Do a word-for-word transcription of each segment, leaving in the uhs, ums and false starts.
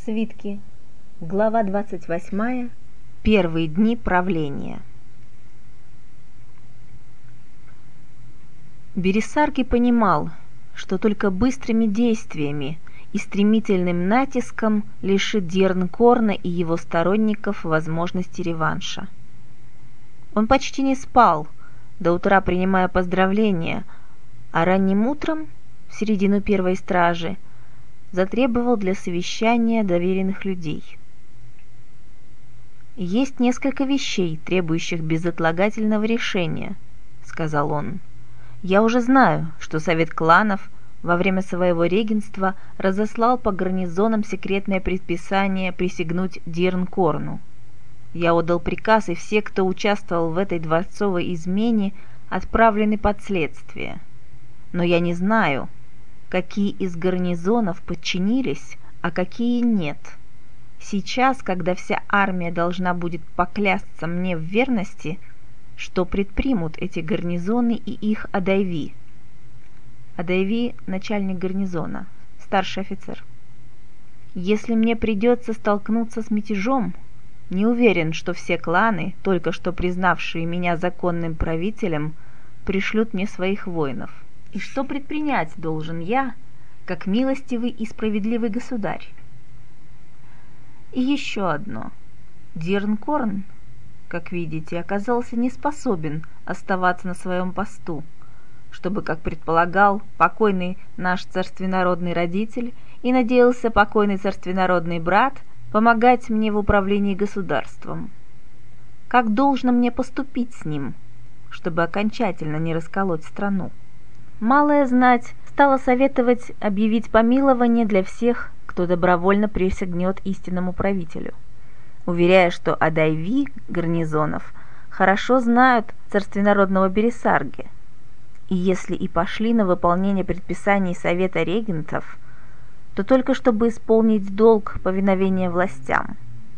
свитке. Глава двадцать восьмая. Первые дни правления. Бересарги понимал, что только быстрыми действиями и стремительным натиском лишит Дьернкорна и его сторонников возможности реванша. Он почти не спал, до утра принимая поздравления, а ранним утром, в середину первой стражи, затребовал для совещания доверенных людей. «Есть несколько вещей, требующих безотлагательного решения», — сказал он. «Я уже знаю, что Совет кланов во время своего регенства разослал по гарнизонам секретное предписание присягнуть Дьернкорну. Я отдал приказ, и все, кто участвовал в этой дворцовой измене, отправлены под следствие. Но я не знаю, какие из гарнизонов подчинились, а какие нет. Сейчас, когда вся армия должна будет поклясться мне в верности, что предпримут эти гарнизоны и их адайви». Адайви – начальник гарнизона, старший офицер. «Если мне придется столкнуться с мятежом, не уверен, что все кланы, только что признавшие меня законным правителем, пришлют мне своих воинов. И что предпринять должен я, как милостивый и справедливый государь? И еще одно. Дьернкорн, как видите, оказался не способен оставаться на своем посту, чтобы, как предполагал покойный наш царственнородный родитель и надеялся покойный царственнородный брат, помогать мне в управлении государством. Как должно мне поступить с ним, чтобы окончательно не расколоть страну? Малая знать стала советовать объявить помилование для всех, кто добровольно присягнет истинному правителю, уверяя, что адайви гарнизонов хорошо знают царственнородного Бересарги, и если и пошли на выполнение предписаний Совета регентов, то только чтобы исполнить долг повиновения властям.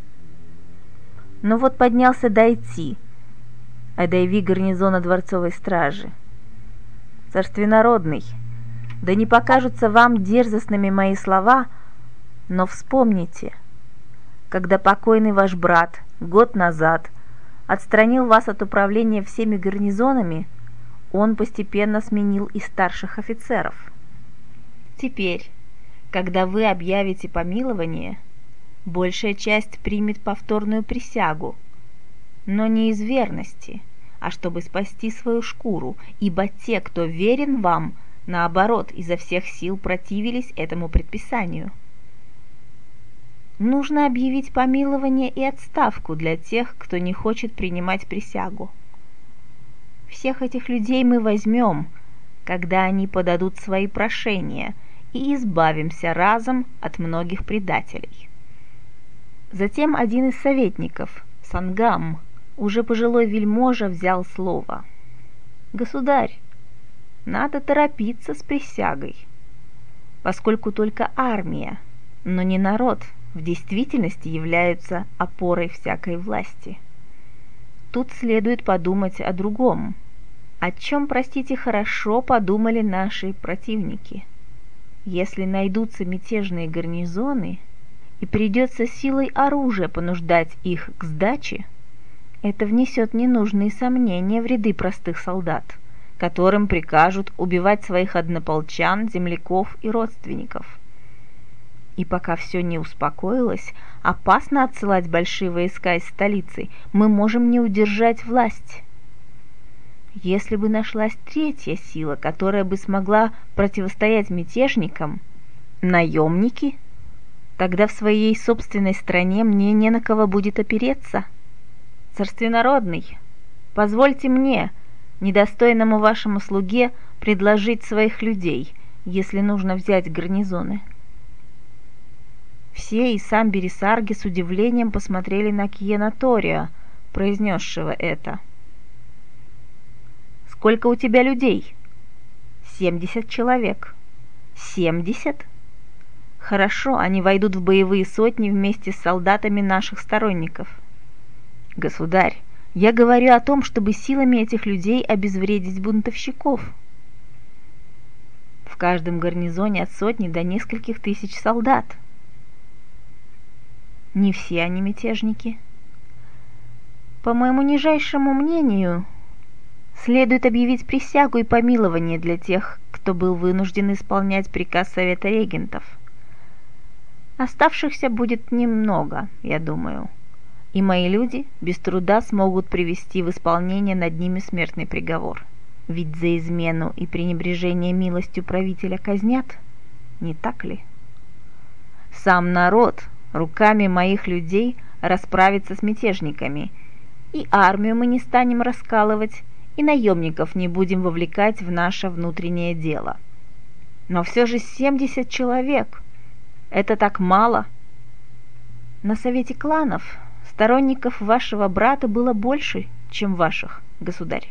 Но вот поднялся Дайти, адайви гарнизона дворцовой стражи. Царственнородный, да не покажутся вам дерзостными мои слова, но вспомните, когда покойный ваш брат год назад отстранил вас от управления всеми гарнизонами, он постепенно сменил и старших офицеров. Теперь, когда вы объявите помилование, большая часть примет повторную присягу, но не из верности, а чтобы спасти свою шкуру, ибо те, кто верен вам, наоборот, изо всех сил противились этому предписанию. Нужно объявить помилование и отставку для тех, кто не хочет принимать присягу. Всех этих людей мы возьмем, когда они подадут свои прошения, и избавимся разом от многих предателей». Затем один из советников, Сангам, уже пожилой вельможа, взял слово. «Государь, надо торопиться с присягой, поскольку только армия, но не народ, в действительности являются опорой всякой власти. Тут следует подумать о другом, о чем, простите, хорошо подумали наши противники. Если найдутся мятежные гарнизоны и придется силой оружия понуждать их к сдаче, это внесет ненужные сомнения в ряды простых солдат, которым прикажут убивать своих однополчан, земляков и родственников. И пока все не успокоилось, опасно отсылать большие войска из столицы, мы можем не удержать власть. Если бы нашлась третья сила, которая бы смогла противостоять мятежникам, наемники, тогда в своей собственной стране мне не на кого будет опереться. Царственнородный, позвольте мне, недостойному вашему слуге, предложить своих людей, если нужно взять гарнизоны». Все, и сам Бересарги, с удивлением посмотрели на Кьена Тория, произнесшего это. «Сколько у тебя людей?» «Семьдесят человек». «Семьдесят? Хорошо, они войдут в боевые сотни вместе с солдатами наших сторонников». «Государь, я говорю о том, чтобы силами этих людей обезвредить бунтовщиков». «В каждом гарнизоне от сотни до нескольких тысяч солдат». Не все они мятежники. По моему нижайшему мнению, следует объявить присягу и помилование для тех, кто был вынужден исполнять приказ Совета регентов. Оставшихся будет немного, я думаю, и мои люди без труда смогут привести в исполнение над ними смертный приговор. Ведь за измену и пренебрежение милостью правителя казнят, не так ли? Сам народ руками моих людей расправится с мятежниками, и армию мы не станем раскалывать, и наемников не будем вовлекать в наше внутреннее дело. Но все же семьдесят человек – это так мало. На совете кланов сторонников вашего брата было больше, чем ваших, государь.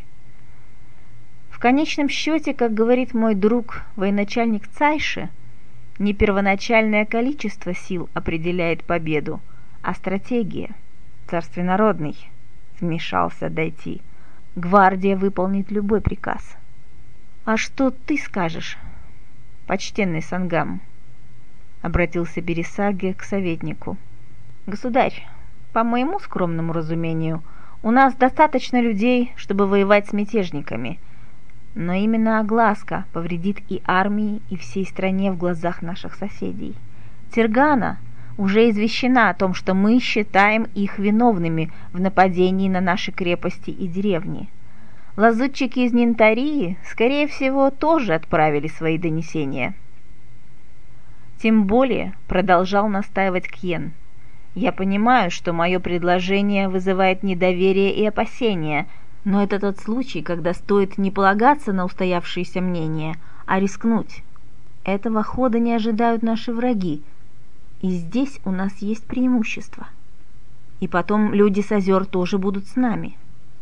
В конечном счете, как говорит мой друг, военачальник Цайши, не первоначальное количество сил определяет победу, а стратегия. Царственнородный, вмешался Дайти. Гвардия выполнит любой приказ. А что ты скажешь, почтенный Сангам? Обратился Берисаги к советнику. Государь, по моему скромному разумению, у нас достаточно людей, чтобы воевать с мятежниками. Но именно огласка повредит и армии, и всей стране в глазах наших соседей. Тиргана уже извещена о том, что мы считаем их виновными в нападении на наши крепости и деревни. Лазутчики из Нинтарии, скорее всего, тоже отправили свои донесения. Тем более, продолжал настаивать Кьен, я понимаю, что мое предложение вызывает недоверие и опасения, но это тот случай, когда стоит не полагаться на устоявшиеся мнения, а рискнуть. Этого хода не ожидают наши враги, и здесь у нас есть преимущество. И потом люди с озер тоже будут с нами.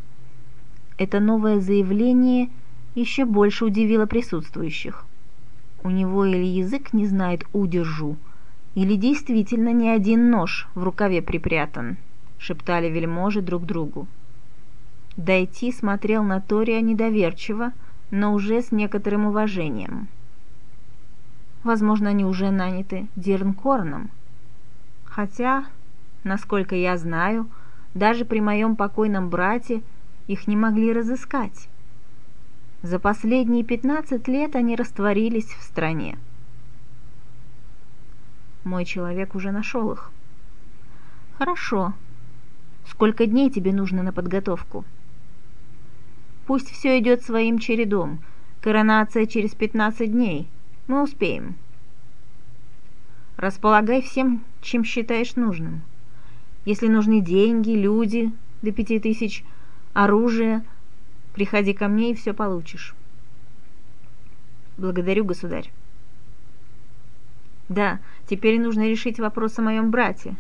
Это новое заявление еще больше удивило присутствующих. У него или язык не знает удержу, или действительно не один нож в рукаве припрятан, шептали вельможи друг другу. Дайти смотрел на Тория недоверчиво, но уже с некоторым уважением. Возможно, они уже наняты Дирнкорном. Хотя, насколько я знаю, даже при моем покойном брате их не могли разыскать. За последние пятнадцать лет они растворились в стране. Мой человек уже нашел их. Хорошо. Сколько дней тебе нужно на подготовку? Пусть все идет своим чередом. Коронация через пятнадцать дней. Мы успеем. Располагай всем, чем считаешь нужным. Если нужны деньги, люди, до пяти тысяч, оружие, приходи ко мне и все получишь. Благодарю, государь. Да, теперь нужно решить вопрос о моем брате.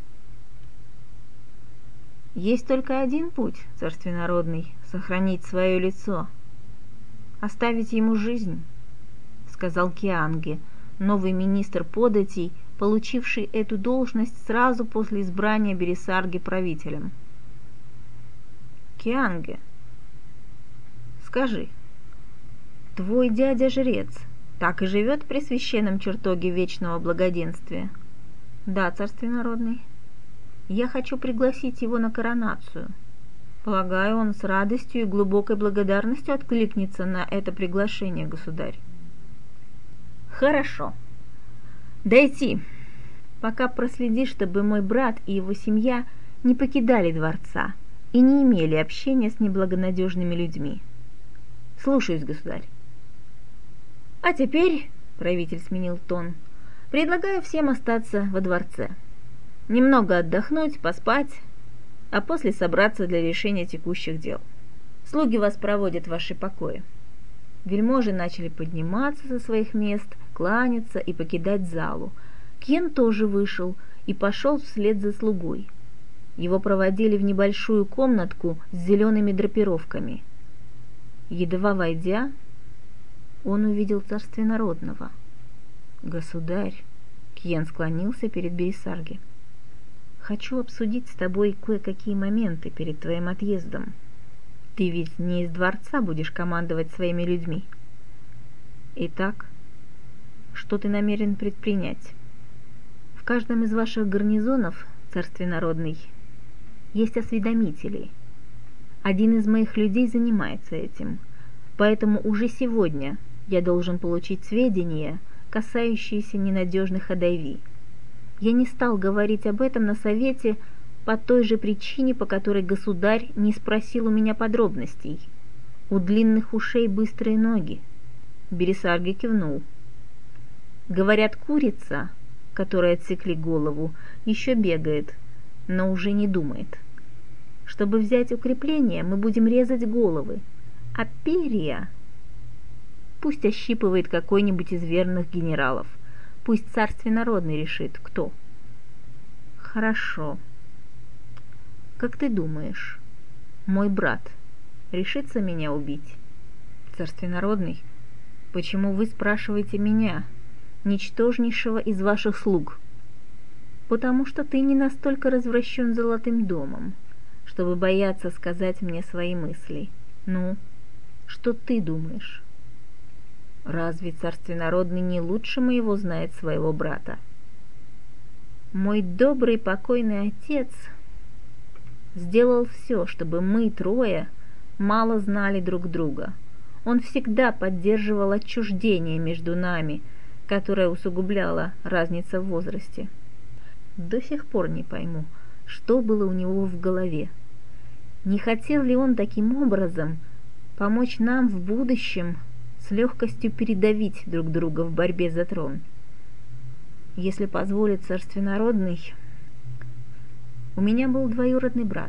Есть только один путь, царственнородный, сохранить свое лицо, оставить ему жизнь, сказал Кианге, новый министр податей, получивший эту должность сразу после избрания Берисарги правителем. Кианге, скажи, твой дядя-жрец так и живет при священном чертоге вечного благоденствия? Да, царственнородный. Я хочу пригласить его на коронацию. Полагаю, он с радостью и глубокой благодарностью откликнется на это приглашение, государь. Хорошо. Дайти, пока проследи, чтобы мой брат и его семья не покидали дворца и не имели общения с неблагонадежными людьми. Слушаюсь, государь. А теперь, правитель сменил тон, предлагаю всем остаться во дворце. Немного отдохнуть, поспать, а после собраться для решения текущих дел. Слуги вас проводят в ваши покои. Вельможи начали подниматься со своих мест, кланяться и покидать залу. Кьен тоже вышел и пошел вслед за слугой. Его проводили в небольшую комнатку с зелеными драпировками. Едва войдя, он увидел царственнородного. «Государь», — Кьен склонился перед Берисарги, — «хочу обсудить с тобой кое-какие моменты перед твоим отъездом. Ты ведь не из дворца будешь командовать своими людьми. Итак, что ты намерен предпринять? В каждом из ваших гарнизонов царствие народный, есть осведомители. Один из моих людей занимается этим, поэтому уже сегодня я должен получить сведения, касающиеся ненадежных адайви. Я не стал говорить об этом на совете по той же причине, по которой государь не спросил у меня подробностей. У длинных ушей быстрые ноги. Бересарги кивнул. Говорят, курица, которой отсекли голову, еще бегает, но уже не думает. Чтобы взять укрепление, мы будем резать головы, а перья пусть ощипывает какой-нибудь из верных генералов. Пусть царствие народный решит, кто. Хорошо. Как ты думаешь, мой брат решится меня убить? Царствие народный, почему вы спрашиваете меня, ничтожнейшего из ваших слуг? Потому что ты не настолько развращен золотым домом, чтобы бояться сказать мне свои мысли. Ну, что ты думаешь? Разве царствие народный не лучше моего знает своего брата? Мой добрый покойный отец сделал все, чтобы мы трое мало знали друг друга. Он всегда поддерживал отчуждение между нами, которое усугубляло разница в возрасте. До сих пор не пойму, что было у него в голове. Не хотел ли он таким образом помочь нам в будущем с легкостью передавить друг друга в борьбе за трон? Если позволит царствие народный, у меня был двоюродный брат.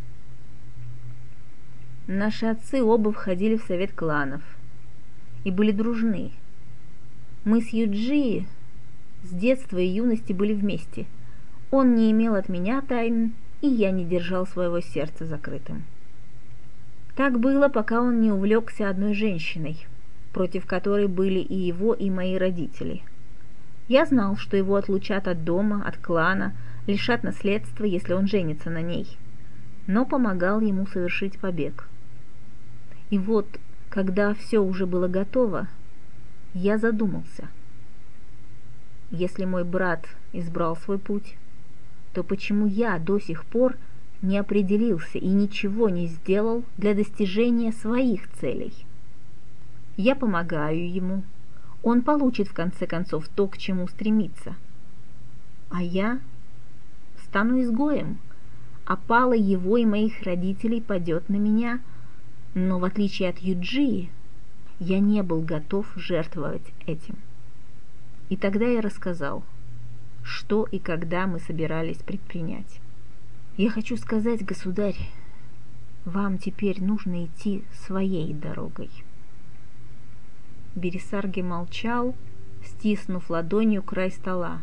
Наши отцы оба входили в совет кланов и были дружны. Мы с Юджи с детства и юности были вместе. Он не имел от меня тайн, и я не держал своего сердца закрытым. Так было, пока он не увлекся одной женщиной, против которой были и его, и мои родители. Я знал, что его отлучат от дома, от клана, лишат наследства, если он женится на ней, но помогал ему совершить побег. И вот, когда все уже было готово, я задумался. Если мой брат избрал свой путь, то почему я до сих пор не определился и ничего не сделал для достижения своих целей? Я помогаю ему, он получит в конце концов то, к чему стремится. А я стану изгоем, а пало его и моих родителей падет на меня, но в отличие от Юджи, я не был готов жертвовать этим. И тогда я рассказал, что и когда мы собирались предпринять. Я хочу сказать, государь, вам теперь нужно идти своей дорогой. Бересарги молчал, стиснув ладонью край стола.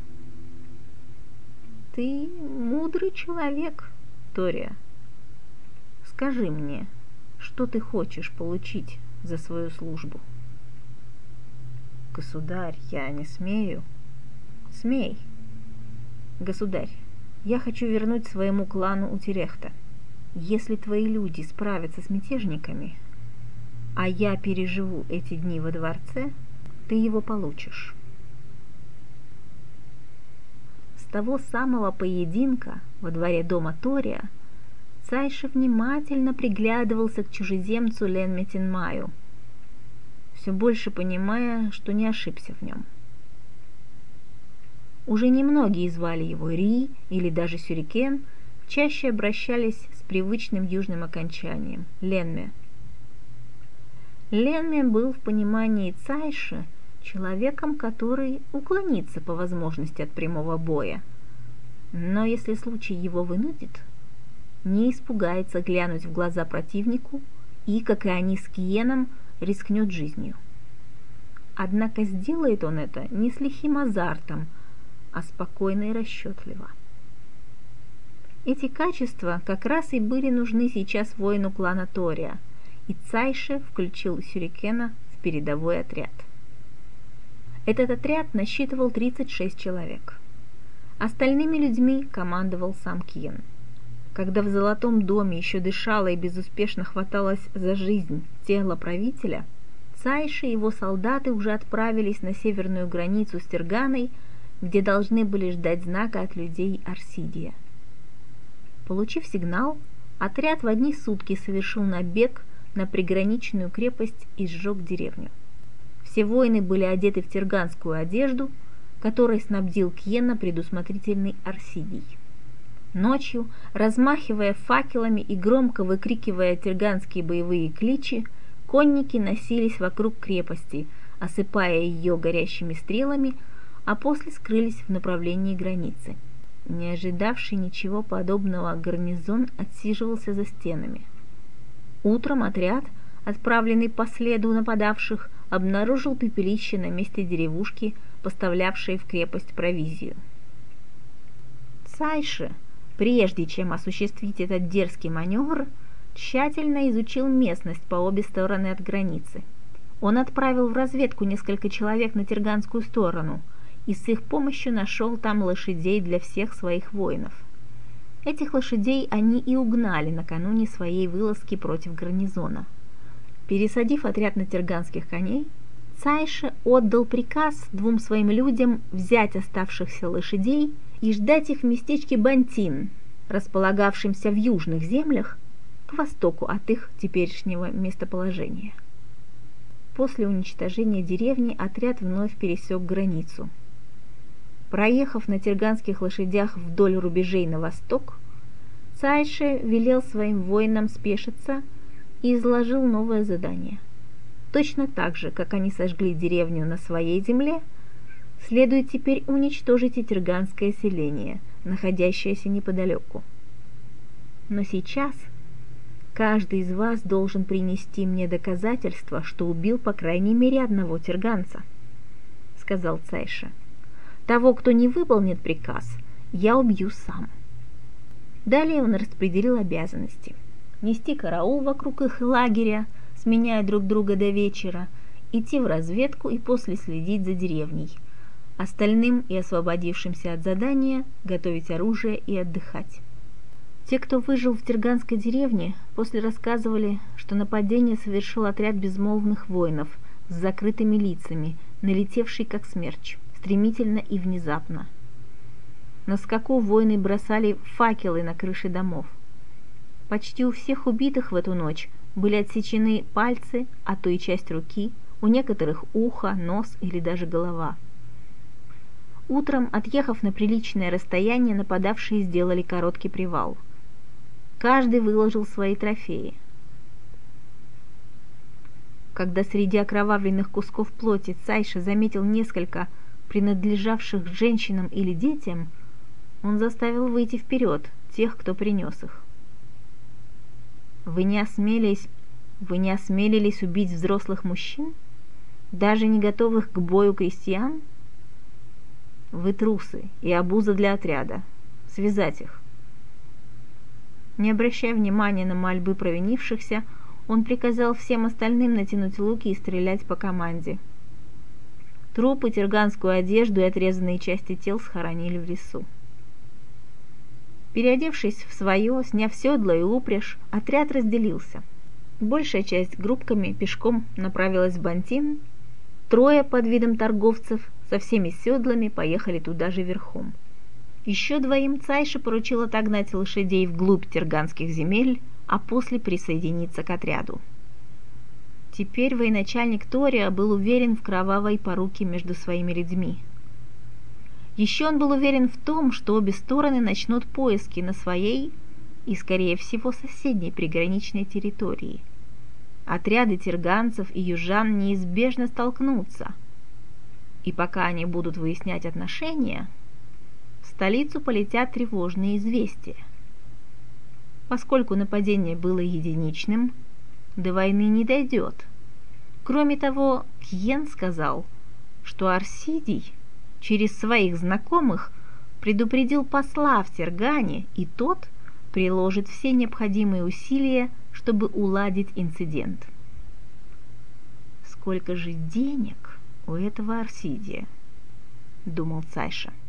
Ты мудрый человек, Тория. Скажи мне, что ты хочешь получить за свою службу? Государь, я не смею. Смей. Государь, я хочу вернуть своему клану Утерехта. Если твои люди справятся с мятежниками, а я переживу эти дни во дворце, ты его получишь. С того самого поединка во дворе дома Тория Цайше внимательно приглядывался к чужеземцу Лен Метинмаю, все больше понимая, что не ошибся в нем. Уже немногие звали его Ри или даже Сюрикен, чаще обращались с привычным южным окончанием – Ленме. Ленме был в понимании Цайше человеком, который уклонится по возможности от прямого боя, но если случай его вынудит, не испугается глянуть в глаза противнику и, как и они с Киеном, рискнет жизнью. Однако сделает он это не с лихим азартом, а спокойно и расчетливо. Эти качества как раз и были нужны сейчас воину клана Тория, и Цайше включил Сюрикена в передовой отряд. Этот отряд насчитывал тридцать шесть человек. Остальными людьми командовал сам Киен. Когда в Золотом доме еще дышало и безуспешно хваталось за жизнь тело правителя, Цайше и его солдаты уже отправились на северную границу с Терганой, где должны были ждать знака от людей Арсидия. Получив сигнал, отряд в одни сутки совершил набег на приграничную крепость и сжег деревню. Все воины были одеты в терганскую одежду, которой снабдил Кьена предусмотрительный Арсидий. Ночью, размахивая факелами и громко выкрикивая терганские боевые кличи, конники носились вокруг крепости, осыпая ее горящими стрелами, а после скрылись в направлении границы. Не ожидавший ничего подобного гарнизон отсиживался за стенами. Утром отряд, отправленный по следу нападавших, обнаружил пепелище на месте деревушки, поставлявшей в крепость провизию. Цайше, прежде чем осуществить этот дерзкий маневр, тщательно изучил местность по обе стороны от границы. Он отправил в разведку несколько человек на терганскую сторону и с их помощью нашел там лошадей для всех своих воинов. Этих лошадей они и угнали накануне своей вылазки против гарнизона. Пересадив отряд на терганских коней, Цайше отдал приказ двум своим людям взять оставшихся лошадей и ждать их в местечке Бантин, располагавшемся в южных землях, к востоку от их теперешнего местоположения. После уничтожения деревни отряд вновь пересек границу. Проехав на терганских лошадях вдоль рубежей на восток, Цайше велел своим воинам спешиться и изложил новое задание. Точно так же, как они сожгли деревню на своей земле, следует теперь уничтожить и терганское селение, находящееся неподалеку. Но сейчас каждый из вас должен принести мне доказательство, что убил по крайней мере одного терганца, — сказал Цайше. Того, кто не выполнит приказ, я убью сам. Далее он распределил обязанности: нести караул вокруг их лагеря, сменяя друг друга до вечера, идти в разведку и после следить за деревней, остальным и освободившимся от задания готовить оружие и отдыхать. Те, кто выжил в терганской деревне, после рассказывали, что нападение совершил отряд безмолвных воинов с закрытыми лицами, налетевший как смерч, стремительно и внезапно. На скаку воины бросали факелы на крыши домов. Почти у всех убитых в эту ночь были отсечены пальцы, а то и часть руки, у некоторых ухо, нос или даже голова. Утром, отъехав на приличное расстояние, нападавшие сделали короткий привал. Каждый выложил свои трофеи. Когда среди окровавленных кусков плоти Цайше заметил несколько принадлежавших женщинам или детям, он заставил выйти вперед тех, кто принес их. Вы не осмелились, вы не осмелились убить взрослых мужчин, даже не готовых к бою крестьян? Вы трусы и обуза для отряда. Связать их. Не обращая внимания на мольбы провинившихся, он приказал всем остальным натянуть луки и стрелять по команде. Трупы, терганскую одежду и отрезанные части тел схоронили в лесу. Переодевшись в свое, сняв седло и упряжь, отряд разделился. Большая часть группками пешком направилась в Бантин, трое под видом торговцев со всеми седлами поехали туда же верхом. Еще двоим Цайше поручил отогнать лошадей вглубь терганских земель, а после присоединиться к отряду. Теперь военачальник Тория был уверен в кровавой поруке между своими людьми. Еще он был уверен в том, что обе стороны начнут поиски на своей и, скорее всего, соседней приграничной территории. Отряды терганцев и южан неизбежно столкнутся, и пока они будут выяснять отношения, в столицу полетят тревожные известия. Поскольку нападение было единичным, до войны не дойдет. Кроме того, Кьен сказал, что Арсидий через своих знакомых предупредил посла в Тергане, и тот приложит все необходимые усилия, чтобы уладить инцидент. Сколько же денег у этого Арсидия, думал Цайше.